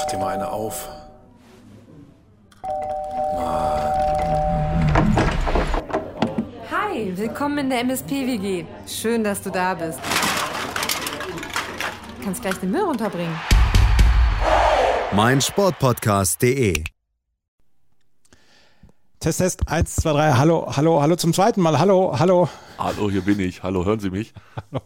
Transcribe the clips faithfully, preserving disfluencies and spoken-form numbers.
dir mal eine auf. Hi, willkommen in der M S P W G. Schön, dass du da bist. Du kannst gleich den Müll runterbringen. mein Sportpodcast punkt de Test, Test, eins, zwei, drei, hallo, hallo, hallo zum zweiten Mal, hallo, hallo. Hallo, hier bin ich, hallo, hören Sie mich? Hallo.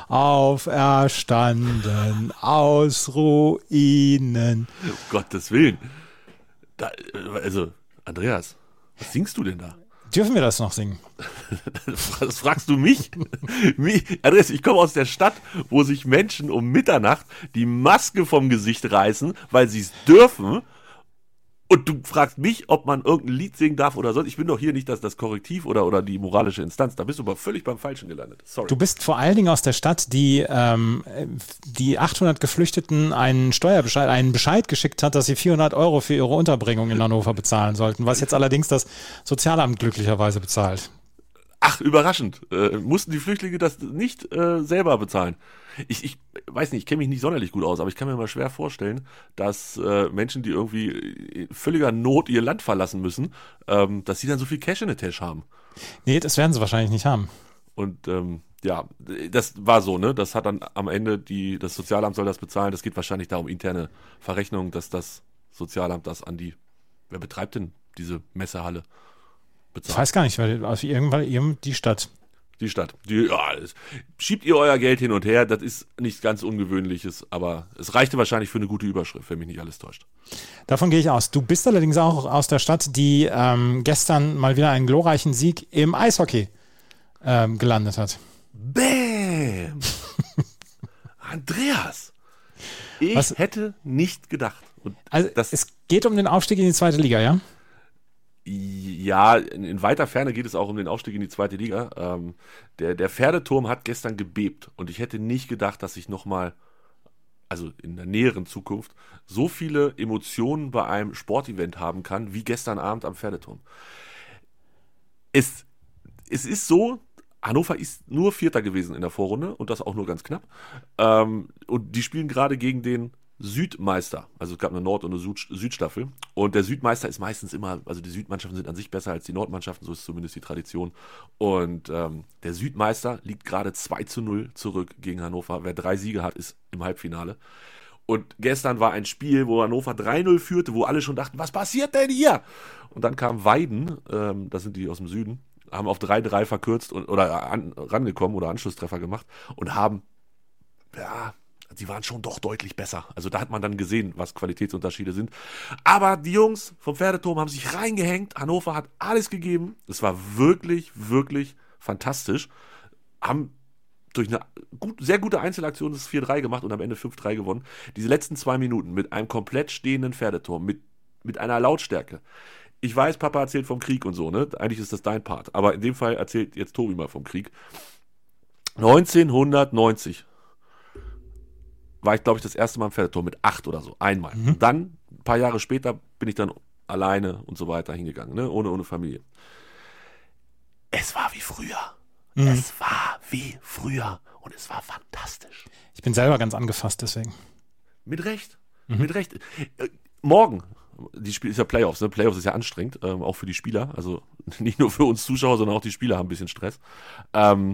Auferstanden aus Ruinen. Um Gottes Willen. Da, also, Andreas, was singst du denn da? Dürfen wir das noch singen? Das fragst du mich? Andreas, ich komme aus der Stadt, wo sich Menschen um Mitternacht die Maske vom Gesicht reißen, weil sie es dürfen. Und du fragst mich, ob man irgendein Lied singen darf oder sonst. Ich bin doch hier nicht das, das Korrektiv oder, oder die moralische Instanz. Da bist du aber völlig beim Falschen gelandet. Sorry. Du bist vor allen Dingen aus der Stadt, die ähm, die achthundert Geflüchteten einen Steuerbescheid, einen Bescheid geschickt hat, dass sie vierhundert Euro für ihre Unterbringung in Hannover bezahlen sollten, was jetzt allerdings das Sozialamt glücklicherweise bezahlt. Ach, überraschend. Äh, mussten die Flüchtlinge das nicht äh, selber bezahlen? Ich, ich weiß nicht, ich kenne mich nicht sonderlich gut aus, aber ich kann mir mal schwer vorstellen, dass äh, Menschen, die irgendwie in völliger Not ihr Land verlassen müssen, ähm, dass sie dann so viel Cash in der Tasche haben. Nee, das werden sie wahrscheinlich nicht haben. Und ähm, ja, das war so, ne? Das hat dann am Ende, die, das Sozialamt soll das bezahlen. Das geht wahrscheinlich da um interne Verrechnungen, dass das Sozialamt das an die, wer betreibt denn diese Messehalle? Bezahlt. Ich weiß gar nicht, weil also irgendwann eben die Stadt. Die Stadt. Die, ja, es, schiebt ihr euer Geld hin und her, das ist nichts ganz Ungewöhnliches, aber es reichte wahrscheinlich für eine gute Überschrift, wenn mich nicht alles täuscht. Davon gehe ich aus. Du bist allerdings auch aus der Stadt, die ähm, gestern mal wieder einen glorreichen Sieg im Eishockey ähm, gelandet hat. Bäm! Andreas! Ich Was? hätte nicht gedacht. Und Also das, es geht um den Aufstieg in die zweite Liga, ja? Ja, in, in weiter Ferne geht es auch um den Aufstieg in die zweite Liga. Ähm, der, der Pferdeturm hat gestern gebebt und ich hätte nicht gedacht, dass ich nochmal, also in der näheren Zukunft, so viele Emotionen bei einem Sportevent haben kann, wie gestern Abend am Pferdeturm. Es, es ist so, Hannover ist nur Vierter gewesen in der Vorrunde und das auch nur ganz knapp. Ähm, und die spielen gerade gegen den Südmeister, also es gab eine Nord- und eine Süd- Südstaffel und der Südmeister ist meistens immer, also die Südmannschaften sind an sich besser als die Nordmannschaften, so ist zumindest die Tradition und ähm, der Südmeister liegt gerade zwei zu null zurück gegen Hannover, wer drei Siege hat, ist im Halbfinale und gestern war ein Spiel, wo Hannover drei null führte, wo alle schon dachten, was passiert denn hier? Und dann kam Weiden, ähm, das sind die aus dem Süden, haben auf drei drei verkürzt und, oder an, rangekommen oder Anschlusstreffer gemacht und haben, ja, sie waren schon doch deutlich besser. Also da hat man dann gesehen, was Qualitätsunterschiede sind. Aber die Jungs vom Pferdeturm haben sich reingehängt. Hannover hat alles gegeben. Es war wirklich, wirklich fantastisch. Haben durch eine gut, sehr gute Einzelaktion das vier drei gemacht und am Ende fünf drei gewonnen. Diese letzten zwei Minuten mit einem komplett stehenden Pferdeturm, mit, mit einer Lautstärke. Ich weiß, Papa erzählt vom Krieg und so, ne? Eigentlich ist das dein Part. Aber in dem Fall erzählt jetzt Tobi mal vom Krieg. neunzehnhundertneunzig war ich, glaube ich, das erste Mal im Pferdeturm mit acht oder so, einmal. Mhm. Und dann, ein paar Jahre später, bin ich dann alleine und so weiter hingegangen, ne? ohne, ohne Familie. Es war wie früher. Mhm. Es war wie früher und es war fantastisch. Ich bin selber ganz angefasst deswegen. Mit Recht, mhm. mit Recht. Äh, morgen, die Spiel ist ja Playoffs, ne? Playoffs ist ja anstrengend, ähm, auch für die Spieler, also nicht nur für uns Zuschauer, sondern auch die Spieler haben ein bisschen Stress. Ähm,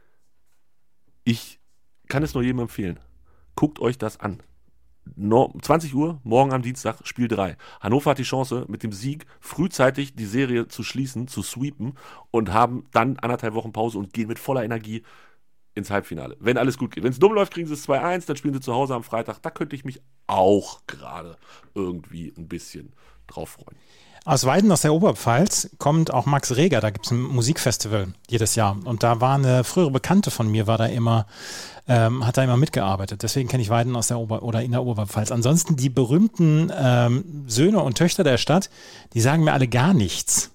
ich kann es nur jedem empfehlen. Guckt euch das an. No, zwanzig Uhr, morgen am Dienstag, Spiel drei. Hannover hat die Chance, mit dem Sieg frühzeitig die Serie zu schließen, zu sweepen und haben dann anderthalb Wochen Pause und gehen mit voller Energie ins Halbfinale. Wenn alles gut geht. Wenn es dumm läuft, kriegen sie es zwei eins, dann spielen sie zu Hause am Freitag. Da könnte ich mich auch gerade irgendwie ein bisschen drauf freuen. Aus Weiden, aus der Oberpfalz, kommt auch Max Reger. Da gibt es ein Musikfestival jedes Jahr. Und da war eine frühere Bekannte von mir, war da immer, ähm, hat da immer mitgearbeitet. Deswegen kenne ich Weiden aus der Ober- oder in der Oberpfalz. Ansonsten die berühmten ähm, Söhne und Töchter der Stadt, die sagen mir alle gar nichts.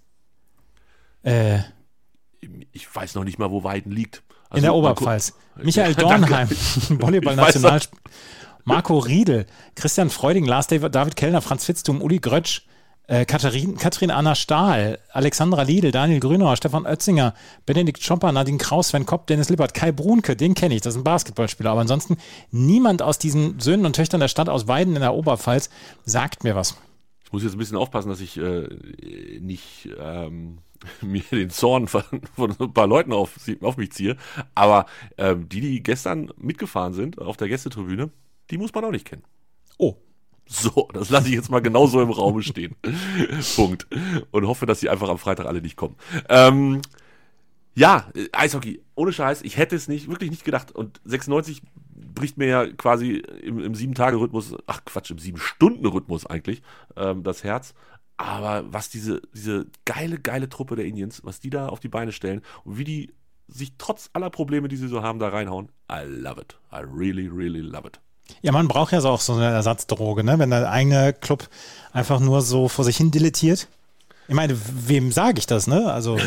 Äh, ich weiß noch nicht mal, wo Weiden liegt. Also in der Oberpfalz. Michael Dornheim, Volleyball-National. Marco Riedel, Christian Freuding, Lars David, David Kellner, Franz Fitztum, Uli Grötsch, Äh, Katharin, Katrin Anna Stahl, Alexandra Liedl, Daniel Grünauer, Stefan Oetzinger, Benedikt Schopper, Nadine Kraus, Sven Kopp, Dennis Lippert, Kai Brunke, den kenne ich, das ist ein Basketballspieler. Aber ansonsten niemand aus diesen Söhnen und Töchtern der Stadt aus Weiden in der Oberpfalz sagt mir was. Ich muss jetzt ein bisschen aufpassen, dass ich äh, nicht ähm, mir den Zorn von, von ein paar Leuten auf, auf mich ziehe. Aber ähm, die, die gestern mitgefahren sind auf der Gästetribüne, die muss man auch nicht kennen. Oh. So, das lasse ich jetzt mal genauso im Raum stehen. Punkt. Und hoffe, dass sie einfach am Freitag alle nicht kommen. Ähm, ja, Eishockey, ohne Scheiß, ich hätte es nicht, wirklich nicht gedacht. Und sechsundneunzig bricht mir ja quasi im, im sieben-Tage-Rhythmus, ach Quatsch, im sieben-Stunden-Rhythmus eigentlich, ähm, das Herz. Aber was diese, diese geile, geile Truppe der Indians, was die da auf die Beine stellen und wie die sich trotz aller Probleme, die sie so haben, da reinhauen, I love it. I really, really love it. Ja, man braucht ja so auch so eine Ersatzdroge, ne? Wenn der eigene Club einfach nur so vor sich hin dilettiert. Ich meine, wem sage ich das, ne? Also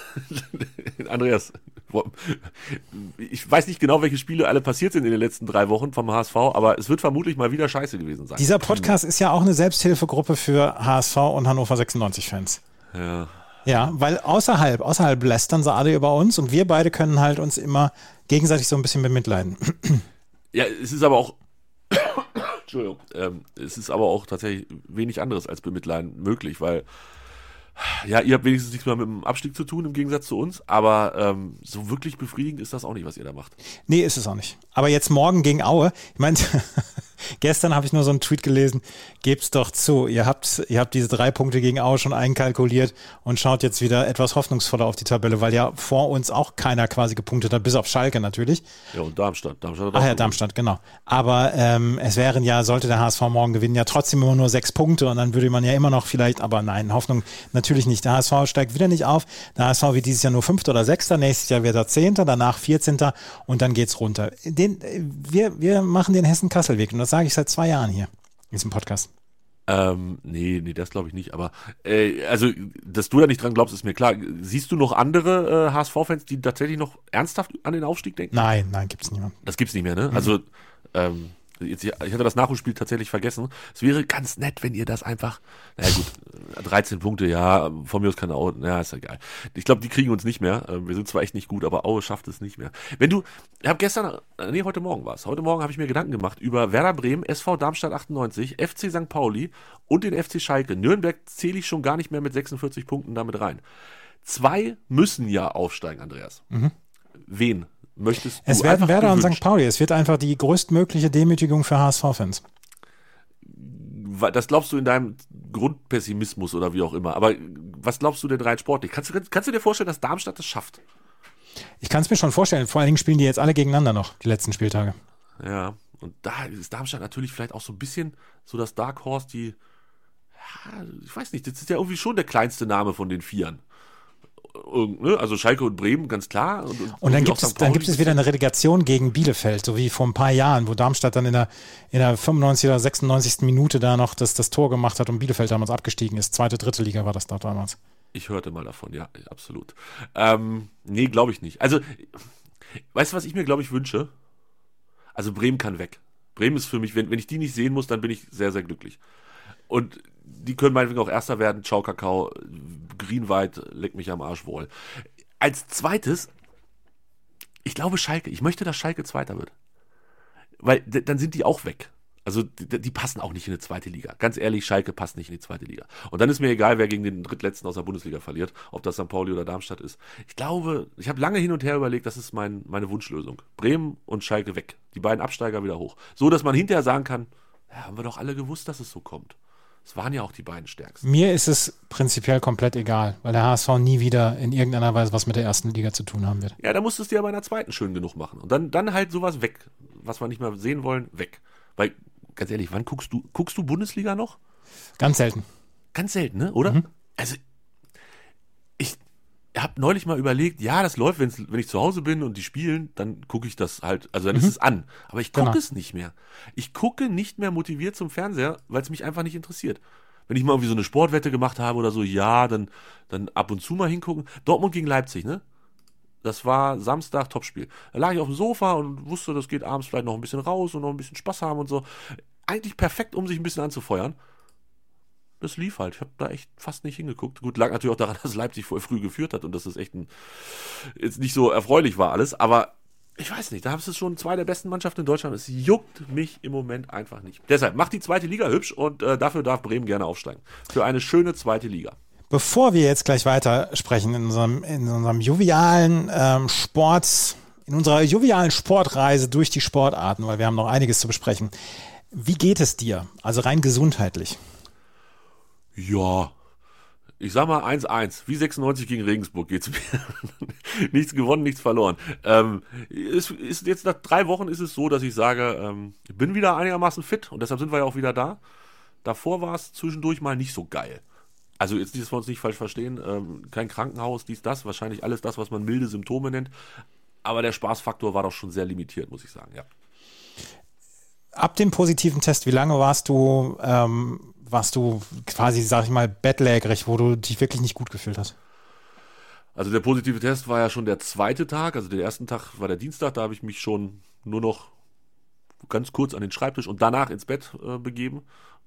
Andreas, ich weiß nicht genau, welche Spiele alle passiert sind in den letzten drei Wochen vom H S V, aber es wird vermutlich mal wieder scheiße gewesen sein. Dieser Podcast ist ja auch eine Selbsthilfegruppe für H S V und Hannover sechsundneunzig-Fans. Ja. Ja, weil außerhalb, außerhalb lästern sie alle über uns und wir beide können halt uns immer gegenseitig so ein bisschen bemitleiden. Ja, es ist aber auch Entschuldigung, ähm, es ist aber auch tatsächlich wenig anderes als Bemitleiden möglich, weil ja, ihr habt wenigstens nichts mehr mit dem Abstieg zu tun, im Gegensatz zu uns, aber ähm, so wirklich befriedigend ist das auch nicht, was ihr da macht. Nee, ist es auch nicht. Aber jetzt morgen gegen Aue, ich meine, gestern habe ich nur so einen Tweet gelesen, gebt's doch zu, ihr habt, ihr habt diese drei Punkte gegen Aue schon einkalkuliert und schaut jetzt wieder etwas hoffnungsvoller auf die Tabelle, weil ja vor uns auch keiner quasi gepunktet hat, bis auf Schalke natürlich. Ja, und Darmstadt. Darmstadt hat Ach auch ja, gewonnen. Darmstadt, genau. Aber ähm, es wären ja, sollte der H S V morgen gewinnen, ja trotzdem immer nur sechs Punkte und dann würde man ja immer noch vielleicht, aber nein, Hoffnung natürlich nicht. Der H S V steigt wieder nicht auf. Der H S V wird dieses Jahr nur Fünfter oder Sechster, nächstes Jahr wird er Zehnter, danach Vierzehnter und dann geht's runter. Den, wir, wir machen den Hessen-Kassel-Weg und das sage ich seit zwei Jahren hier in diesem Podcast. Ähm, nee, nee, das glaube ich nicht, aber äh, also, dass du da nicht dran glaubst, ist mir klar. Siehst du noch andere äh, H S V-Fans, die tatsächlich noch ernsthaft an den Aufstieg denken? Nein, nein, gibt's niemanden. Das gibt's nicht mehr, ne? Mhm. Also, ähm, jetzt, ich hatte das Nachholspiel tatsächlich vergessen. Es wäre ganz nett, wenn ihr das einfach, naja gut, dreizehn Punkte, ja, von mir aus kann Aue, ja, ist ja geil. Ich glaube, die kriegen uns nicht mehr. Wir sind zwar echt nicht gut, aber Aue schafft es nicht mehr. Wenn du, ich habe gestern, nee, heute Morgen war es. Heute Morgen habe ich mir Gedanken gemacht über Werder Bremen, S V Darmstadt achtundneunzig, F C Sankt Pauli und den F C Schalke. Nürnberg zähle ich schon gar nicht mehr mit sechsundvierzig Punkten damit rein. Zwei müssen ja aufsteigen, Andreas. Mhm. Wen möchtest du? Es werden Werder gewünscht? und Sankt Pauli. Es wird einfach die größtmögliche Demütigung für H S V-Fans. Das glaubst du in deinem Grundpessimismus oder wie auch immer. Aber was glaubst du denn rein sportlich? Kannst du, kannst du dir vorstellen, dass Darmstadt das schafft? Ich kann es mir schon vorstellen. Vor allen Dingen spielen die jetzt alle gegeneinander noch, die letzten Spieltage. Ja, und da ist Darmstadt natürlich vielleicht auch so ein bisschen so das Dark Horse, die, ja, ich weiß nicht, das ist ja irgendwie schon der kleinste Name von den Vieren. Also Schalke und Bremen, ganz klar. Und, und, und dann gibt es, dann gibt es wieder eine Relegation gegen Bielefeld, so wie vor ein paar Jahren, wo Darmstadt dann in der, in der fünfundneunzigsten oder sechsundneunzigsten Minute da noch das, das Tor gemacht hat und Bielefeld damals abgestiegen ist. Zweite, dritte Liga war das da damals. Ich hörte mal davon, ja, absolut. Ähm, nee, glaube ich nicht. Also, weißt du, was ich mir, glaube ich, wünsche? Also Bremen kann weg. Bremen ist für mich, wenn, wenn ich die nicht sehen muss, dann bin ich sehr, sehr glücklich. Und die können meinetwegen auch Erster werden. Ciao, Kakao, Greenwhite, leck mich am Arsch wohl. Als zweites, ich glaube Schalke. Ich möchte, dass Schalke Zweiter wird. Weil d- dann sind die auch weg. Also die, die passen auch nicht in die zweite Liga. Ganz ehrlich, Schalke passt nicht in die zweite Liga. Und dann ist mir egal, wer gegen den Drittletzten aus der Bundesliga verliert. Ob das Sankt Pauli oder Darmstadt ist. Ich glaube, ich habe lange hin und her überlegt, das ist mein, meine Wunschlösung. Bremen und Schalke weg. Die beiden Absteiger wieder hoch. So, dass man hinterher sagen kann, ja, haben wir doch alle gewusst, dass es so kommt. Es waren ja auch die beiden stärksten. Mir ist es prinzipiell komplett egal, weil der H S V nie wieder in irgendeiner Weise was mit der ersten Liga zu tun haben wird. Ja, da musst du es dir aber in der zweiten schön genug machen. Und dann, dann halt sowas weg, was wir nicht mehr sehen wollen, weg. Weil, ganz ehrlich, wann guckst du, guckst du Bundesliga noch? Ganz selten. Ganz selten, ne? Oder? Mhm. Also, ich habe neulich mal überlegt, ja, das läuft, wenn's, wenn ich zu Hause bin und die spielen, dann gucke ich das halt, also dann mhm. ist es an. Aber ich gucke genau. es nicht mehr. Ich gucke nicht mehr motiviert zum Fernseher, weil es mich einfach nicht interessiert. Wenn ich mal irgendwie so eine Sportwette gemacht habe oder so, ja, dann, dann ab und zu mal hingucken. Dortmund gegen Leipzig, ne? Das war Samstag, Topspiel. Da lag ich auf dem Sofa und wusste, das geht abends vielleicht noch ein bisschen raus und noch ein bisschen Spaß haben und so. Eigentlich perfekt, um sich ein bisschen anzufeuern. das lief halt. Ich habe da echt fast nicht hingeguckt. Gut, lag natürlich auch daran, dass Leipzig voll früh geführt hat und dass das echt ein, jetzt nicht so erfreulich war alles, aber ich weiß nicht, da haben es schon zwei der besten Mannschaften in Deutschland. Es juckt mich im Moment einfach nicht. Deshalb macht die zweite Liga hübsch und äh, dafür darf Bremen gerne aufsteigen. Für eine schöne zweite Liga. Bevor wir jetzt gleich weiter sprechen in unserem, in unserem jovialen ähm, Sport, in unserer jovialen Sportreise durch die Sportarten, weil wir haben noch einiges zu besprechen. Wie geht es dir? Also rein gesundheitlich. Ja, ich sag mal eins eins, wie sechsundneunzig gegen Regensburg geht's mir. Nichts gewonnen, nichts verloren. Ähm, ist, ist jetzt nach drei Wochen ist es so, dass ich sage, ähm, ich bin wieder einigermaßen fit und deshalb sind wir ja auch wieder da. Davor war es zwischendurch mal nicht so geil. Also jetzt, dass wir uns nicht falsch verstehen, ähm, kein Krankenhaus, dies, das, wahrscheinlich alles das, was man milde Symptome nennt. Aber der Spaßfaktor war doch schon sehr limitiert, muss ich sagen, ja. Ab dem positiven Test, wie lange warst du, ähm, warst du quasi, sag ich mal, bettlägerig, wo du dich wirklich nicht gut gefühlt hast? Also der positive Test war ja schon der zweite Tag, also der ersten Tag war der Dienstag, da habe ich mich schon nur noch ganz kurz an den Schreibtisch und danach ins Bett äh, begeben.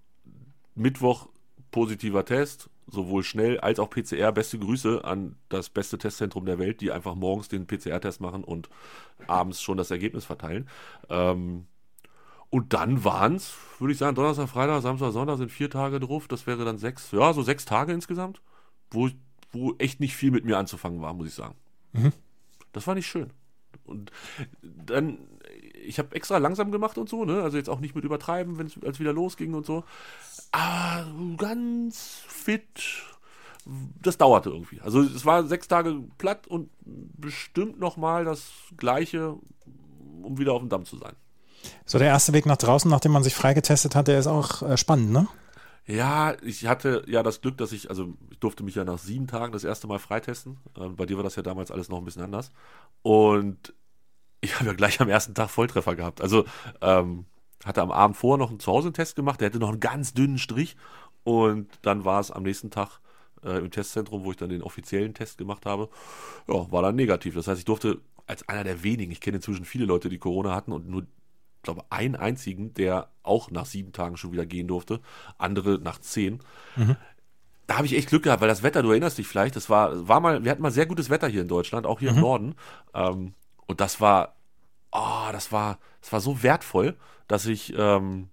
Mittwoch positiver Test, sowohl schnell als auch P C R. Beste Grüße an das beste Testzentrum der Welt, die einfach morgens den P C R-Test machen und abends schon das Ergebnis verteilen. Ähm, Und dann waren es, würde ich sagen, Donnerstag, Freitag, Samstag, Sonntag sind vier Tage drauf. Das wäre dann sechs, ja, so sechs Tage insgesamt, wo, wo echt nicht viel mit mir anzufangen war, muss ich sagen. Mhm. Das war nicht schön. Und dann, ich habe extra langsam gemacht und so, ne? Also jetzt auch nicht mit übertreiben, wenn es wieder losging und so. Aber ganz fit, das dauerte irgendwie. Also es war sechs Tage platt und bestimmt nochmal das Gleiche, um wieder auf dem Damm zu sein. So, der erste Weg nach draußen, nachdem man sich freigetestet hat, der ist auch äh, spannend, ne? Ja, ich hatte ja das Glück, dass ich, also ich durfte mich ja nach sieben Tagen das erste Mal freitesten. Ähm, bei dir war das ja damals alles noch ein bisschen anders. Und ich habe ja gleich am ersten Tag Volltreffer gehabt. Also ähm, hatte am Abend vorher noch einen Zuhause-Test gemacht, der hatte noch einen ganz dünnen Strich. Und dann war es am nächsten Tag äh, im Testzentrum, wo ich dann den offiziellen Test gemacht habe, ja, war dann negativ. Das heißt, ich durfte als einer der wenigen, ich kenne inzwischen viele Leute, die Corona hatten und nur ich glaube, einen einzigen, der auch nach sieben Tagen schon wieder gehen durfte, andere nach zehn. Mhm. Da habe ich echt Glück gehabt, weil das Wetter, du erinnerst dich vielleicht, das war, war mal, wir hatten mal sehr gutes Wetter hier in Deutschland, auch hier mhm. im Norden. Ähm, und das war, oh, das war, das war so wertvoll, dass ich ähm,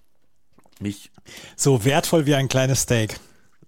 mich. So wertvoll wie ein kleines Steak.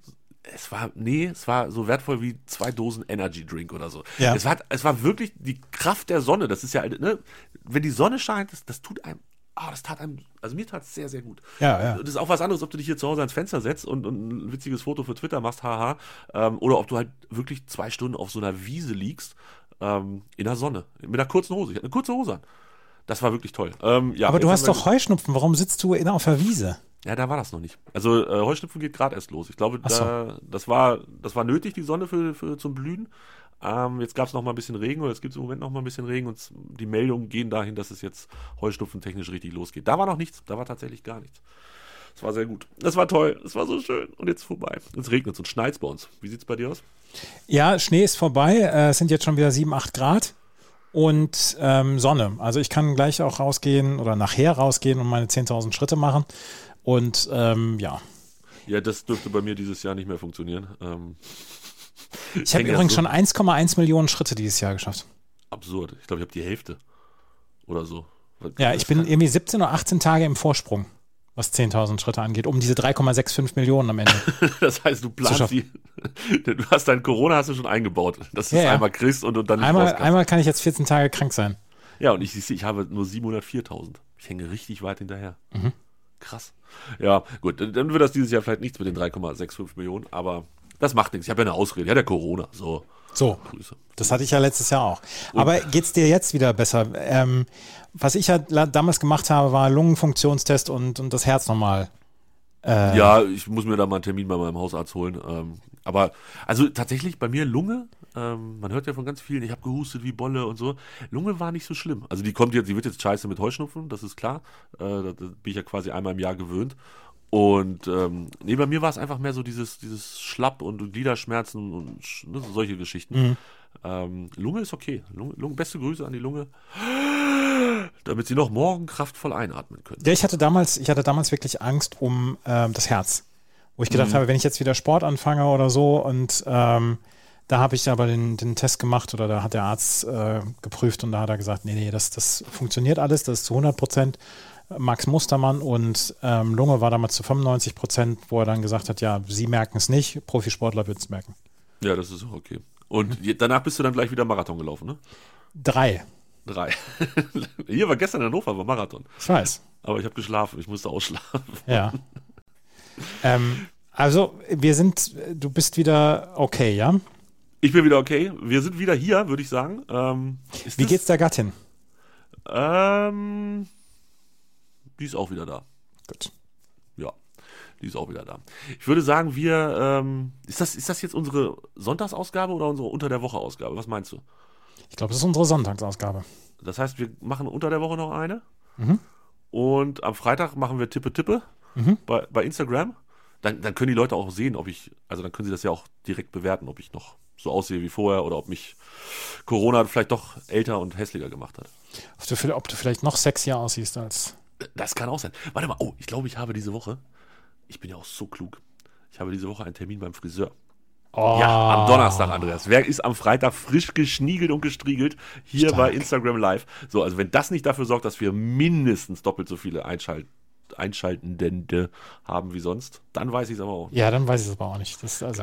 Es war, nee, es war so wertvoll wie zwei Dosen Energy Drink oder so. Ja. Es war, es war wirklich die Kraft der Sonne. Das ist ja, ne, wenn die Sonne scheint, das, das tut einem, ah, oh, das tat einem, also mir tat es sehr, sehr gut. Ja, ja. Das ist auch was anderes, ob du dich hier zu Hause ans Fenster setzt und, und ein witziges Foto für Twitter machst, haha, ähm, oder ob du halt wirklich zwei Stunden auf so einer Wiese liegst, ähm, in der Sonne, mit einer kurzen Hose. Ich hatte eine kurze Hose an. Das war wirklich toll. Ähm, ja, aber du hast doch Heuschnupfen, warum sitzt du in, auf der Wiese? Ja, da war das noch nicht. Also äh, Heuschnupfen geht gerade erst los. Ich glaube, so. da, das war das war nötig, die Sonne für, für zum Blühen. Ähm, jetzt gab es noch mal ein bisschen Regen, oder jetzt gibt es im Moment noch mal ein bisschen Regen und die Meldungen gehen dahin, dass es jetzt heuschnupfentechnisch richtig losgeht. Da war noch nichts, da war tatsächlich gar nichts. Das war sehr gut. Das war toll, das war so schön. Und jetzt vorbei. Jetzt regnet es und schneit es bei uns. Wie sieht es bei dir aus? Ja, Schnee ist vorbei. Es sind jetzt schon wieder sieben, acht Grad. Und ähm, Sonne. Also ich kann gleich auch rausgehen oder nachher rausgehen und meine zehntausend Schritte machen. Und ähm, ja. Ja, das dürfte bei mir dieses Jahr nicht mehr funktionieren. Ähm, ich habe übrigens so schon eins Komma eins Millionen Schritte dieses Jahr geschafft. Absurd. Ich glaube, ich habe die Hälfte oder so. Ja, ich bin irgendwie siebzehn oder achtzehn Tage im Vorsprung, was zehntausend Schritte angeht, um diese drei Komma fünfundsechzig Millionen am Ende. Das heißt, du planst die, du hast dein Corona hast du schon eingebaut, dass du es ja, einmal kriegst und, und dann nicht einmal, rauskast. Einmal kann ich jetzt vierzehn Tage krank sein. Ja, und ich, ich habe nur siebenhundertviertausend. Ich hänge richtig weit hinterher. Mhm. Krass. Ja, gut, dann wird das dieses Jahr vielleicht nichts mit den drei Komma fünfundsechzig Millionen, aber das macht nichts. Ich habe ja eine Ausrede. Ich hatte ja Corona. So, so Grüße. Das hatte ich ja letztes Jahr auch. Und aber geht's dir jetzt wieder besser? Ähm, was ich ja damals gemacht habe, war Lungenfunktionstest und, und das Herz nochmal. Äh, ja, ich muss mir da mal einen Termin bei meinem Hausarzt holen. Ähm, aber, also tatsächlich bei mir Lunge, ähm, man hört ja von ganz vielen, ich habe gehustet wie Bolle und so. Lunge war nicht so schlimm. Also die kommt jetzt, die wird jetzt scheiße mit Heuschnupfen, das ist klar. Äh, da, da bin ich ja quasi einmal im Jahr gewöhnt. Und ähm, nee, bei mir war es einfach mehr so dieses, dieses Schlapp und Gliederschmerzen und ne, solche Geschichten. Mhm. Ähm, Lunge ist okay. Lunge, Lunge, beste Grüße an die Lunge. Damit sie noch morgen kraftvoll einatmen können. Ja, ich hatte damals, ich hatte damals wirklich Angst um ähm, das Herz. Wo ich gedacht mhm. habe, wenn ich jetzt wieder Sport anfange oder so und ähm, da habe ich aber den, den Test gemacht oder da hat der Arzt äh, geprüft und da hat er gesagt, nee, nee, das, das funktioniert alles, das ist zu hundert Prozent Max Mustermann und ähm, Lunge war damals zu fünfundneunzig Prozent, wo er dann gesagt hat, ja, Sie merken es nicht, Profisportler wird es merken. Ja, das ist auch okay. Und mhm. danach bist du dann gleich wieder Marathon gelaufen, ne? Drei. Drei. Hier war gestern in Hannover, war Marathon. Ich weiß. Aber ich habe geschlafen, ich musste ausschlafen. Ja. ähm, also, wir sind, du bist wieder okay, ja? Ich bin wieder okay. Wir sind wieder hier, würde ich sagen. Ähm, Wie geht's der Gattin? Ähm, die ist auch wieder da. Gut. Ja, die ist auch wieder da. Ich würde sagen, wir, ähm, ist das, ist das jetzt unsere Sonntagsausgabe oder unsere Unter der Woche Ausgabe? Was meinst du? Ich glaube, das ist unsere Sonntagsausgabe. Das heißt, wir machen unter der Woche noch eine. Mhm. Und am Freitag machen wir Tippe Tippe mhm. bei, bei Instagram. Dann, dann können die Leute auch sehen, ob ich, also dann können sie das ja auch direkt bewerten, ob ich noch so aussehe wie vorher oder ob mich Corona vielleicht doch älter und hässlicher gemacht hat. Ob du, ob du vielleicht noch sexier aussiehst als... Das kann auch sein. Warte mal, oh, ich glaube, ich habe diese Woche, ich bin ja auch so klug, ich habe diese Woche einen Termin beim Friseur. Oh. Ja, am Donnerstag, Andreas. Wer ist am Freitag frisch geschniegelt und gestriegelt hier Stark. bei Instagram Live? So, also wenn das nicht dafür sorgt, dass wir mindestens doppelt so viele Einschalt Einschaltende haben wie sonst, dann weiß ich es aber auch nicht. Ja, dann weiß ich es aber auch nicht. Das ist also...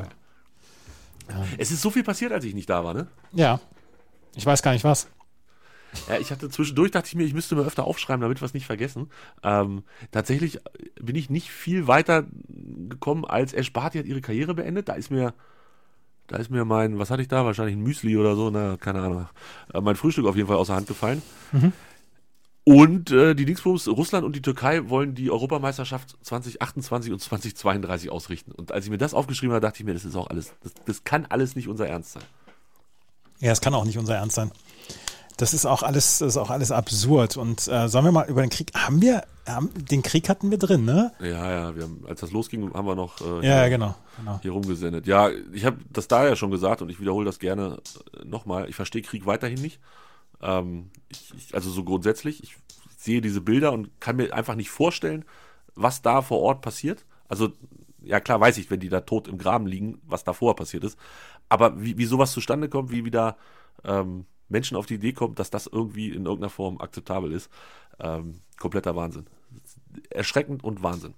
Ja. Es ist so viel passiert, als ich nicht da war, ne? Ja. Ich weiß gar nicht was. Ja, ich hatte zwischendurch, dachte ich mir, ich müsste mir öfter aufschreiben, damit wir es nicht vergessen. Ähm, tatsächlich bin ich nicht viel weiter gekommen, als Ash Barty hat ihre Karriere beendet. Da ist mir, da ist mir mein, was hatte ich da? Wahrscheinlich ein Müsli oder so, na, keine Ahnung. Äh, mein Frühstück auf jeden Fall außer Hand gefallen. Mhm. Und äh, die Dingsbums, Russland und die Türkei wollen die Europameisterschaft zwanzig achtundzwanzig und zwanzig zweiunddreißig ausrichten. Und als ich mir das aufgeschrieben habe, dachte ich mir, das ist auch alles, das, das kann alles nicht unser Ernst sein. Ja, es kann auch nicht unser Ernst sein. Das ist auch alles, das ist auch alles absurd. Und äh, sollen wir mal über den Krieg, haben wir, haben, den Krieg hatten wir drin, ne? Ja, ja, wir haben, als das losging, haben wir noch äh, ja, hier, genau, genau. hier rumgesendet. Ja, ich habe das da ja schon gesagt und ich wiederhole das gerne äh, nochmal. Ich verstehe Krieg weiterhin nicht. Ähm, ich, ich, also so grundsätzlich, ich sehe diese Bilder und kann mir einfach nicht vorstellen, was da vor Ort passiert. Also, ja klar weiß ich, wenn die da tot im Graben liegen, was da vorher passiert ist. Aber wie, wie sowas zustande kommt, wie wieder ähm, Menschen auf die Idee kommen, dass das irgendwie in irgendeiner Form akzeptabel ist, ähm, kompletter Wahnsinn. Erschreckend und Wahnsinn.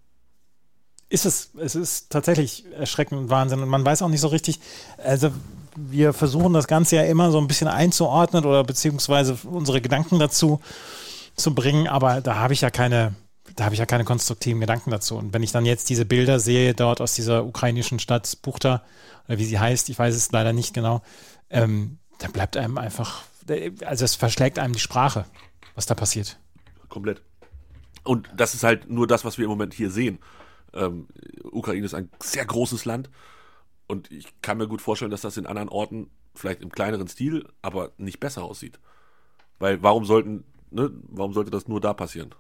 Ist es, es ist tatsächlich erschreckend und Wahnsinn und man weiß auch nicht so richtig, also wir versuchen das Ganze ja immer so ein bisschen einzuordnen oder beziehungsweise unsere Gedanken dazu zu bringen, aber da habe ich ja keine, da habe ich ja keine konstruktiven Gedanken dazu. Und wenn ich dann jetzt diese Bilder sehe, dort aus dieser ukrainischen Stadt Buchta, oder wie sie heißt, ich weiß es leider nicht genau, ähm, dann bleibt einem einfach, also es verschlägt einem die Sprache, was da passiert. Komplett. Und das ist halt nur das, was wir im Moment hier sehen. Ähm, Ukraine ist ein sehr großes Land und ich kann mir gut vorstellen, dass das in anderen Orten vielleicht im kleineren Stil, aber nicht besser aussieht. Weil warum sollten, ne, warum sollte das nur da passieren?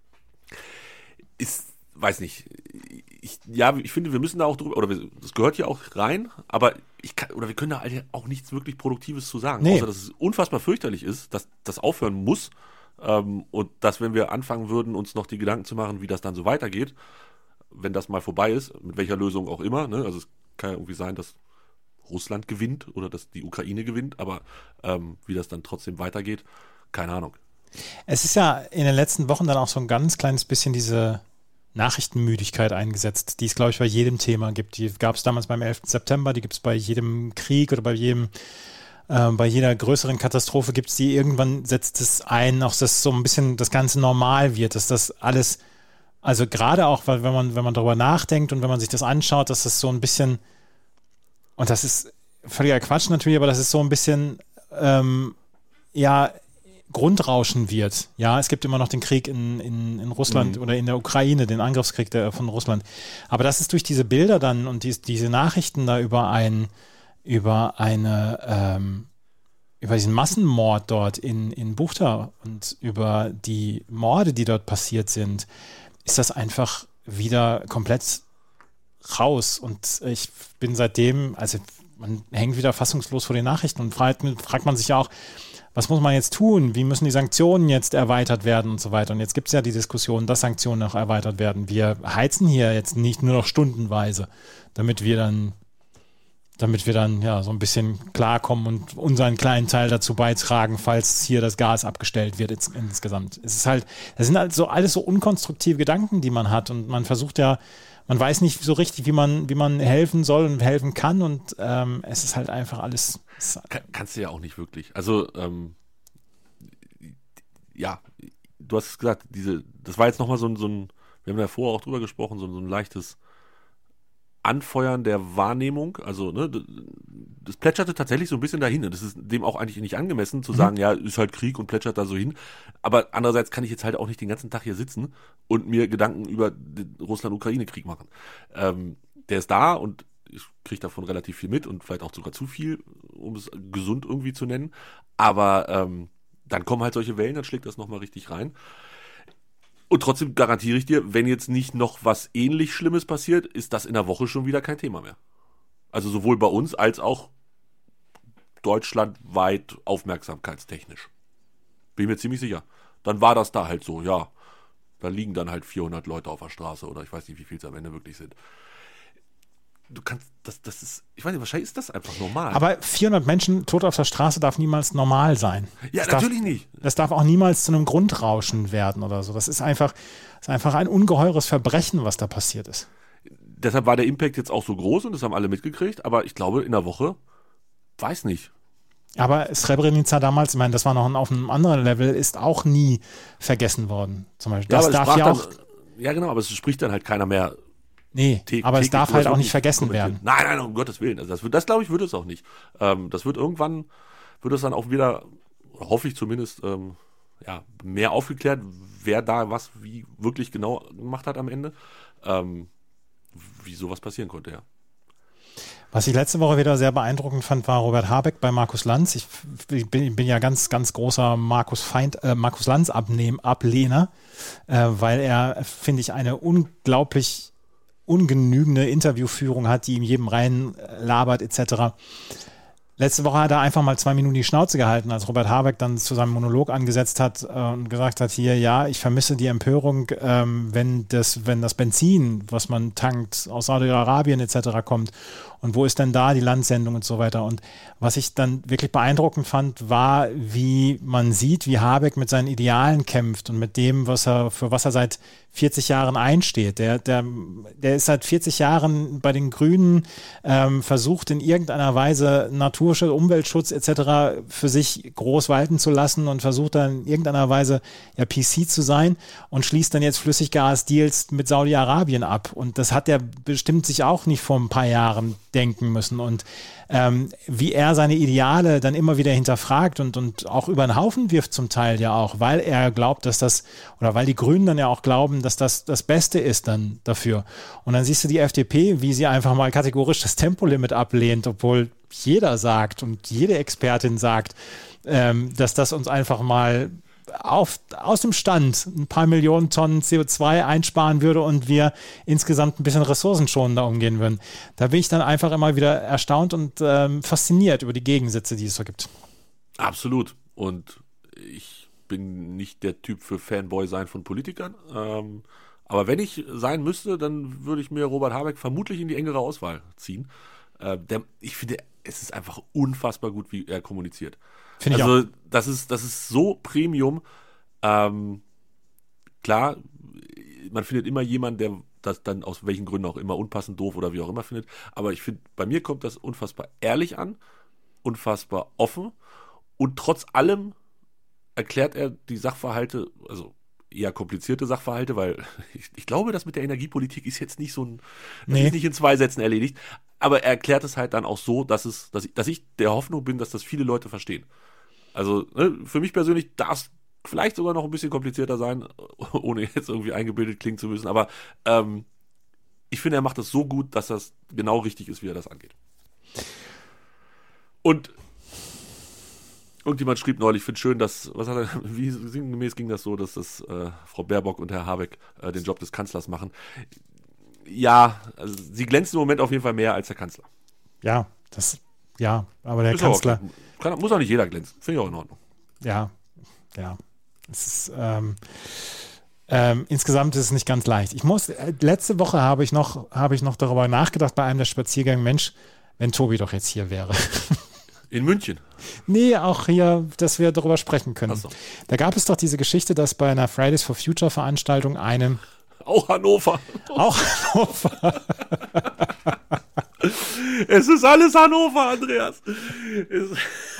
Ist, weiß nicht. Ich, ja, ich finde, wir müssen da auch drüber, oder wir, das gehört hier auch rein, aber ich kann, oder wir können da auch nichts wirklich Produktives zu sagen. Nee. Außer, dass es unfassbar fürchterlich ist, dass das aufhören muss ähm, und dass, wenn wir anfangen würden, uns noch die Gedanken zu machen, wie das dann so weitergeht, wenn das mal vorbei ist, mit welcher Lösung auch immer, ne? Also es kann ja irgendwie sein, dass Russland gewinnt oder dass die Ukraine gewinnt, aber ähm, wie das dann trotzdem weitergeht, keine Ahnung. Es ist ja in den letzten Wochen dann auch so ein ganz kleines bisschen diese Nachrichtenmüdigkeit eingesetzt, die es, glaube ich, bei jedem Thema gibt. Die gab es damals beim elften September, die gibt es bei jedem Krieg oder bei jedem, äh, bei jeder größeren Katastrophe gibt es die. Irgendwann setzt es ein, auch dass so ein bisschen das Ganze normal wird, dass das alles, also gerade auch, weil wenn man, wenn man darüber nachdenkt und wenn man sich das anschaut, dass das so ein bisschen, und das ist völliger Quatsch natürlich, aber das ist so ein bisschen, ähm, ja, Grundrauschen wird. Ja, es gibt immer noch den Krieg in, in, in Russland mhm. oder in der Ukraine, den Angriffskrieg der, von Russland. Aber das ist durch diese Bilder dann und dies, diese Nachrichten da über ein, über eine, ähm, über diesen Massenmord dort in, in Buchta und über die Morde, die dort passiert sind, ist das einfach wieder komplett raus. Und ich bin seitdem, also man hängt wieder fassungslos vor den Nachrichten und fragt, fragt man sich ja auch, was muss man jetzt tun? Wie müssen die Sanktionen jetzt erweitert werden und so weiter? Und jetzt gibt es ja die Diskussion, dass Sanktionen noch erweitert werden. Wir heizen hier jetzt nicht nur noch stundenweise, damit wir dann damit wir dann ja so ein bisschen klarkommen und unseren kleinen Teil dazu beitragen, falls hier das Gas abgestellt wird ins, insgesamt. Es ist halt, das sind halt so alles so unkonstruktive Gedanken, die man hat und man versucht ja, man weiß nicht so richtig, wie man, wie man helfen soll und helfen kann und ähm, es ist halt einfach alles. Kann, kannst du ja auch nicht wirklich. Also ähm, ja, du hast gesagt, diese, das war jetzt nochmal so ein, so ein, wir haben ja vorher auch drüber gesprochen, so, so ein leichtes Anfeuern der Wahrnehmung, also ne, das plätscherte tatsächlich so ein bisschen dahin. Das ist dem auch eigentlich nicht angemessen, zu sagen, mhm. ja, ist halt Krieg und plätschert da so hin. Aber andererseits kann ich jetzt halt auch nicht den ganzen Tag hier sitzen und mir Gedanken über den Russland-Ukraine-Krieg machen. Ähm, der ist da und ich kriege davon relativ viel mit und vielleicht auch sogar zu viel, um es gesund irgendwie zu nennen. Aber ähm, dann kommen halt solche Wellen, dann schlägt das nochmal richtig rein. Und trotzdem garantiere ich dir, wenn jetzt nicht noch was ähnlich Schlimmes passiert, ist das in der Woche schon wieder kein Thema mehr. Also sowohl bei uns als auch deutschlandweit aufmerksamkeitstechnisch. Bin ich mir ziemlich sicher. Dann war das da halt so, ja. Da liegen dann halt vierhundert Leute auf der Straße oder ich weiß nicht, wie viel es am Ende wirklich sind. Du kannst, das, das ist, ich weiß nicht, wahrscheinlich ist das einfach normal. Aber vierhundert Menschen tot auf der Straße darf niemals normal sein. Ja, das natürlich darf, nicht. Das darf auch niemals zu einem Grundrauschen werden oder so. Das ist einfach, das ist einfach ein ungeheures Verbrechen, was da passiert ist. Deshalb war der Impact jetzt auch so groß und das haben alle mitgekriegt, aber ich glaube, in der Woche, weiß nicht. Aber Srebrenica damals, ich meine, das war noch auf einem anderen Level, ist auch nie vergessen worden. Zum Beispiel. Das ja, darf ja auch. Dann, ja, genau, aber es spricht dann halt keiner mehr. Nee, Tä- aber es darf halt auch nicht vergessen werden. Nein, nein, um Gottes Willen. Also das, wird, das glaube ich, würde es auch nicht. Ähm, das wird irgendwann, wird es dann auch wieder, hoffe ich zumindest, ähm, ja, mehr aufgeklärt, wer da was wie wirklich genau gemacht hat am Ende. Ähm, wie sowas passieren konnte, ja. Was ich letzte Woche wieder sehr beeindruckend fand, war Robert Habeck bei Markus Lanz. Ich bin, bin ja ganz, ganz großer Markus Feind, äh, Markus Lanz Abnehm, Ablehner, äh, weil er, finde ich, eine unglaublich ungenügende Interviewführung hat, die ihm jedem rein labert et cetera. Letzte Woche hat er einfach mal zwei Minuten die Schnauze gehalten, als Robert Habeck dann zu seinem Monolog angesetzt hat äh, und gesagt hat, hier, ja, ich vermisse die Empörung, ähm, wenn das, wenn das Benzin, was man tankt, aus Saudi-Arabien et cetera kommt. Und wo ist denn da die Landsendung und so weiter? Und was ich dann wirklich beeindruckend fand, war, wie man sieht, wie Habeck mit seinen Idealen kämpft und mit dem, was er, für was er seit vierzig Jahren einsteht. Der, der, der ist seit vierzig Jahren bei den Grünen, ähm, versucht in irgendeiner Weise Naturschutz, Umweltschutz et cetera für sich groß walten zu lassen und versucht dann in irgendeiner Weise ja P C zu sein und schließt dann jetzt Flüssiggas-Deals mit Saudi-Arabien ab. Und das hat er bestimmt sich auch nicht vor ein paar Jahren denken müssen. Und ähm, wie er seine Ideale dann immer wieder hinterfragt und, und auch über den Haufen wirft zum Teil ja auch, weil er glaubt, dass das, oder weil die Grünen dann ja auch glauben, dass das das Beste ist dann dafür. Und dann siehst du die F D P, wie sie einfach mal kategorisch das Tempolimit ablehnt, obwohl jeder sagt und jede Expertin sagt, ähm, dass das uns einfach mal Auf, aus dem Stand ein paar Millionen Tonnen C O zwei einsparen würde und wir insgesamt ein bisschen ressourcenschonender umgehen würden. Da bin ich dann einfach immer wieder erstaunt und ähm, fasziniert über die Gegensätze, die es so gibt. Absolut. Und ich bin nicht der Typ für Fanboy sein von Politikern. Ähm, aber wenn ich sein müsste, dann würde ich mir Robert Habeck vermutlich in die engere Auswahl ziehen. Äh, der, ich finde, es ist einfach unfassbar gut, wie er kommuniziert. Finde ich also auch. das ist, das ist so Premium. Ähm, klar, man findet immer jemanden, der das dann aus welchen Gründen auch immer unpassend, doof oder wie auch immer findet. Aber ich finde, bei mir kommt das unfassbar ehrlich an, unfassbar offen und trotz allem erklärt er die Sachverhalte, also eher komplizierte Sachverhalte, weil ich, ich glaube, das mit der Energiepolitik ist jetzt nicht so ein, nee. ist nicht in zwei Sätzen erledigt. Aber er erklärt es halt dann auch so, dass es, dass ich, dass ich der Hoffnung bin, dass das viele Leute verstehen. Also ne, für mich persönlich darf es vielleicht sogar noch ein bisschen komplizierter sein, ohne jetzt irgendwie eingebildet klingen zu müssen. Aber ähm, ich finde, er macht das so gut, dass das genau richtig ist, wie er das angeht. Und irgendjemand schrieb neulich, ich finde schön, dass, was hat er, wie sinngemäß ging das so, dass das äh, Frau Baerbock und Herr Habeck äh, den Job des Kanzlers machen. Ja, also sie glänzen im Moment auf jeden Fall mehr als der Kanzler. Ja, das, ja, aber der ist Kanzler. Auch, kann, muss auch nicht jeder glänzen, finde ich auch in Ordnung. ja, ja. Es ist, ähm, ähm, insgesamt ist es nicht ganz leicht. Ich muss, äh, letzte Woche habe ich noch, habe ich noch darüber nachgedacht bei einem der Spaziergänge, Mensch, wenn Tobi doch jetzt hier wäre. In München? Nee, auch hier, dass wir darüber sprechen können. Ach so. Da gab es doch diese Geschichte, dass bei einer Fridays for Future Veranstaltung eine Auch Hannover. Auch Hannover. Es ist alles Hannover, Andreas. Es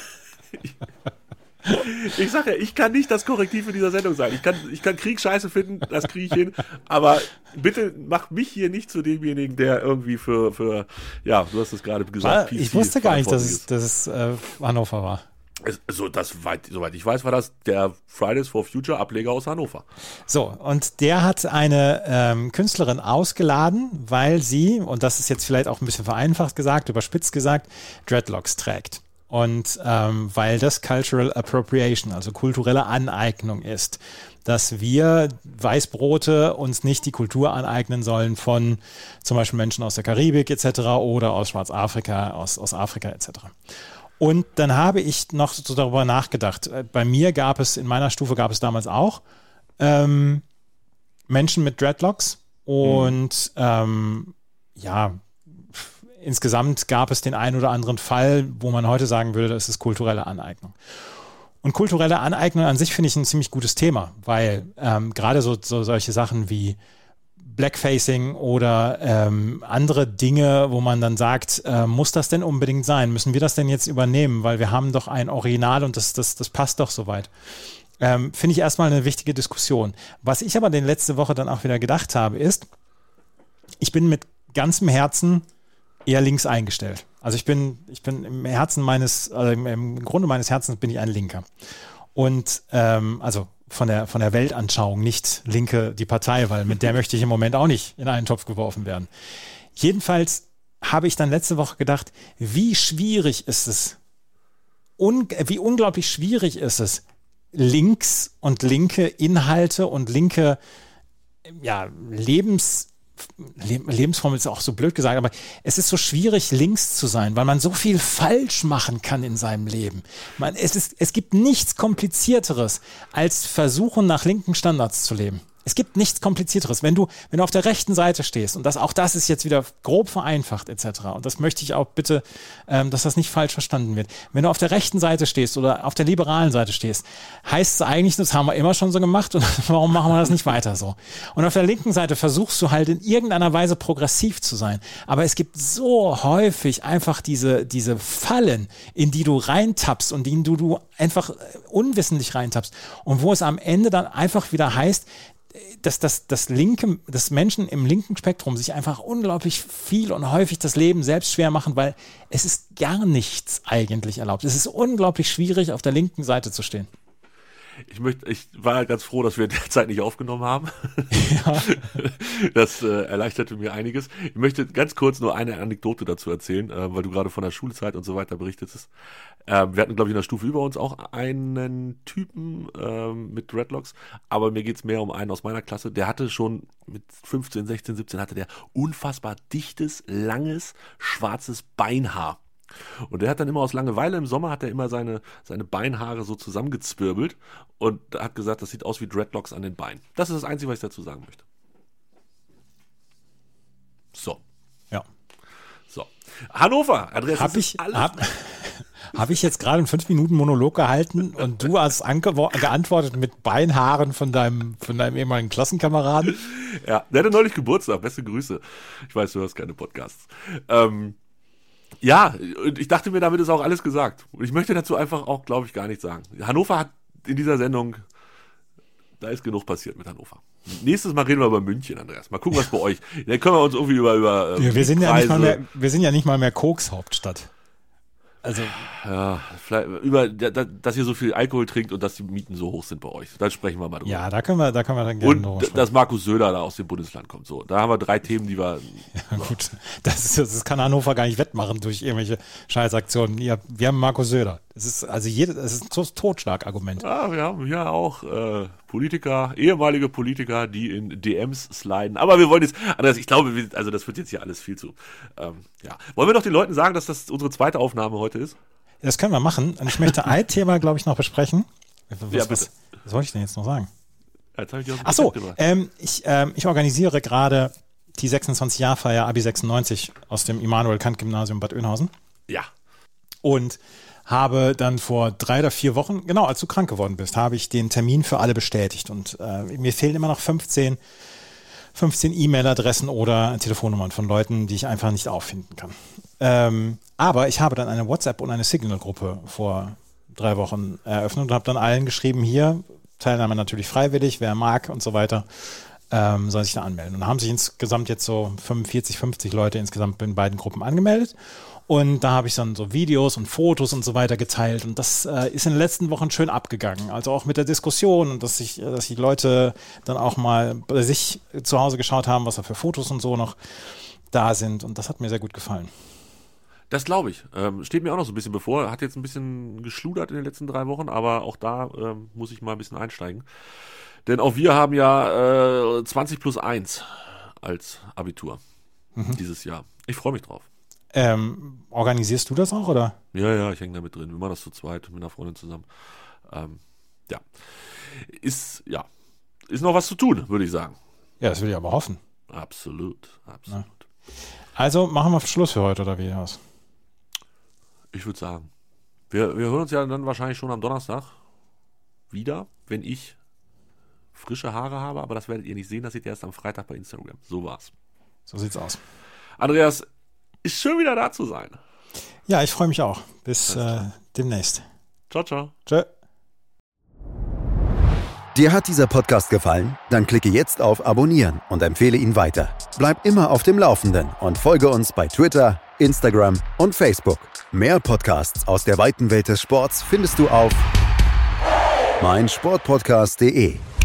ich sag ja, ich kann nicht das Korrektiv in dieser Sendung sein. Ich kann, ich kann Krieg scheiße finden, das kriege ich hin. Aber bitte mach mich hier nicht zu demjenigen, der irgendwie für, für ja, du hast es gerade gesagt. War, ich wusste gar nicht, dass es, dass es äh, Hannover war. Es, so, das weit, soweit ich weiß, war das der Fridays for Future Ableger aus Hannover. So, und der hat eine ähm, Künstlerin ausgeladen, weil sie, und das ist jetzt vielleicht auch ein bisschen vereinfacht gesagt, überspitzt gesagt, Dreadlocks trägt. Und ähm, weil das Cultural Appropriation, also kulturelle Aneignung ist, dass wir Weißbrote uns nicht die Kultur aneignen sollen von zum Beispiel Menschen aus der Karibik et cetera oder aus Schwarzafrika, aus, aus Afrika et cetera. Und dann habe ich noch so darüber nachgedacht. Bei mir gab es, in meiner Stufe gab es damals auch ähm, Menschen mit Dreadlocks und mhm. ähm, ja, insgesamt gab es den einen oder anderen Fall, wo man heute sagen würde, das ist kulturelle Aneignung. Und kulturelle Aneignung an sich finde ich ein ziemlich gutes Thema, weil ähm, gerade so, so solche Sachen wie Blackfacing oder ähm, andere Dinge, wo man dann sagt, äh, muss das denn unbedingt sein? Müssen wir das denn jetzt übernehmen? Weil wir haben doch ein Original und das, das, das passt doch soweit. Ähm, finde ich erstmal eine wichtige Diskussion. Was ich aber den letzte Woche dann auch wieder gedacht habe, ist, ich bin mit ganzem Herzen eher links eingestellt. Also ich bin, ich bin im Herzen meines, also im, im Grunde meines Herzens bin ich ein Linker. Und ähm, also von der, von der Weltanschauung, nicht Linke die Partei, weil mit der möchte ich im Moment auch nicht in einen Topf geworfen werden. Jedenfalls habe ich dann letzte Woche gedacht, wie schwierig ist es, un, wie unglaublich schwierig ist es, links und linke Inhalte und linke ja, Lebens Lebensform ist auch so blöd gesagt, aber es ist so schwierig, links zu sein, weil man so viel falsch machen kann in seinem Leben. Man, es, ist, es gibt nichts Komplizierteres, als versuchen, nach linken Standards zu leben. Es gibt nichts Komplizierteres. Wenn du, wenn du auf der rechten Seite stehst, und das, auch das ist jetzt wieder grob vereinfacht et cetera, und das möchte ich auch bitte, ähm, dass das nicht falsch verstanden wird. Wenn du auf der rechten Seite stehst oder auf der liberalen Seite stehst, heißt es eigentlich, das haben wir immer schon so gemacht und warum machen wir das nicht weiter so? Und auf der linken Seite versuchst du halt in irgendeiner Weise progressiv zu sein. Aber es gibt so häufig einfach diese, diese Fallen, in die du reintappst und in die du einfach unwissentlich reintappst und wo es am Ende dann einfach wieder heißt, dass das, das linke, dass Menschen im linken Spektrum sich einfach unglaublich viel und häufig das Leben selbst schwer machen, weil es ist gar nichts eigentlich erlaubt. Es ist unglaublich schwierig, auf der linken Seite zu stehen. Ich möchte, ich war ganz froh, dass wir derzeit nicht aufgenommen haben. Ja. Das äh, erleichterte mir einiges. Ich möchte ganz kurz nur eine Anekdote dazu erzählen, äh, weil du gerade von der Schulzeit und so weiter berichtetest. Äh, wir hatten, glaube ich, in der Stufe über uns auch einen Typen äh, mit Dreadlocks, aber mir geht's mehr um einen aus meiner Klasse. Der hatte schon mit fünfzehn, sechzehn, siebzehn hatte der unfassbar dichtes, langes, schwarzes Beinhaar. Und der hat dann immer aus Langeweile im Sommer hat er immer seine, seine Beinhaare so zusammengezwirbelt und hat gesagt, das sieht aus wie Dreadlocks an den Beinen. Das ist das Einzige, was ich dazu sagen möchte. So. Ja. So. Hannover, Andreas, Hab ich, alles. hab, hab ich jetzt gerade einen fünf Minuten Monolog gehalten und du hast ange- geantwortet mit Beinhaaren von deinem, von deinem ehemaligen Klassenkameraden? Ja, der hatte neulich Geburtstag. Beste Grüße. Ich weiß, du hörst keine Podcasts. Ähm, Ja, und ich dachte mir, damit ist auch alles gesagt. Und ich möchte dazu einfach auch, glaube ich, gar nichts sagen. Hannover hat in dieser Sendung, da ist genug passiert mit Hannover. Nächstes Mal reden wir über München, Andreas. Mal gucken, was bei euch. Dann können wir uns irgendwie über über ja, wir sind ja nicht mal mehr, wir sind ja nicht mal mehr Koks-Hauptstadt. Also ja, vielleicht über, dass ihr so viel Alkohol trinkt und dass die Mieten so hoch sind bei euch. Da sprechen wir mal drüber. Ja, da können wir, da können wir dann gerne und drüber sprechen. Dass Markus Söder da aus dem Bundesland kommt. So, da haben wir drei Themen, die wir. Ja, gut. Das, ist, das kann Hannover gar nicht wettmachen durch irgendwelche Scheißaktionen. Ja, wir haben Markus Söder. Es ist also jede, es ist ein Totschlagargument. Ja, wir haben ja auch äh, Politiker, ehemalige Politiker, die in D Ms sliden. Aber wir wollen jetzt, Andreas, ich glaube, wir, also das wird jetzt hier alles viel zu. Ähm, ja, wollen wir doch den Leuten sagen, dass das unsere zweite Aufnahme heute ist? Das können wir machen. Und ich möchte ein Thema, glaube ich, noch besprechen. Was, Ja, was, was wollte ich denn jetzt noch sagen? Jetzt hab ich Ach so, ähm, ich, ähm, ich organisiere gerade die sechsundzwanzig-Jahr-Feier Abi sechsundneunzig aus dem Immanuel-Kant-Gymnasium Bad Oeynhausen. Ja. Und habe dann vor drei oder vier Wochen, genau als du krank geworden bist, habe ich den Termin für alle bestätigt. Und äh, mir fehlen immer noch fünfzehn, fünfzehn E-Mail-Adressen oder Telefonnummern von Leuten, die ich einfach nicht auffinden kann. Ähm, aber ich habe dann eine WhatsApp- und eine Signal-Gruppe vor drei Wochen eröffnet und habe dann allen geschrieben, hier, Teilnahme natürlich freiwillig, wer mag und so weiter, ähm, soll sich da anmelden. Und da haben sich insgesamt jetzt so fünfundvierzig, fünfzig Leute insgesamt in beiden Gruppen angemeldet. Und da habe ich dann so Videos und Fotos und so weiter geteilt. Und das äh, ist in den letzten Wochen schön abgegangen. Also auch mit der Diskussion und dass sich dass die Leute dann auch mal bei sich zu Hause geschaut haben, was da für Fotos und so noch da sind. Und das hat mir sehr gut gefallen. Das glaube ich. Ähm, steht mir auch noch so ein bisschen bevor. Hat jetzt ein bisschen geschludert in den letzten drei Wochen, aber auch da ähm, muss ich mal ein bisschen einsteigen. Denn auch wir haben ja äh, zwanzig plus eins als Abitur mhm. dieses Jahr. Ich freue mich drauf. Ähm, organisierst du das auch, oder? Ja, ja, ich hänge da mit drin. Wir machen das zu zweit mit einer Freundin zusammen. Ähm, ja. Ist, ja. Ist noch was zu tun, würde ich sagen. Ja, das will ich aber hoffen. Absolut, absolut. Ja. Also machen wir Schluss für heute, oder wie aus? Ich würde sagen, wir, wir hören uns ja dann wahrscheinlich schon am Donnerstag wieder, wenn ich frische Haare habe, aber das werdet ihr nicht sehen, das seht ihr erst am Freitag bei Instagram. So war's. So sieht's aus. Andreas, ist schön wieder da zu sein. Ja, ich freue mich auch. Bis äh, demnächst. Ciao, ciao. Tschö. Dir hat dieser Podcast gefallen? Dann klicke jetzt auf Abonnieren und empfehle ihn weiter. Bleib immer auf dem Laufenden und folge uns bei Twitter, Instagram und Facebook. Mehr Podcasts aus der weiten Welt des Sports findest du auf meinsportpodcast punkt de.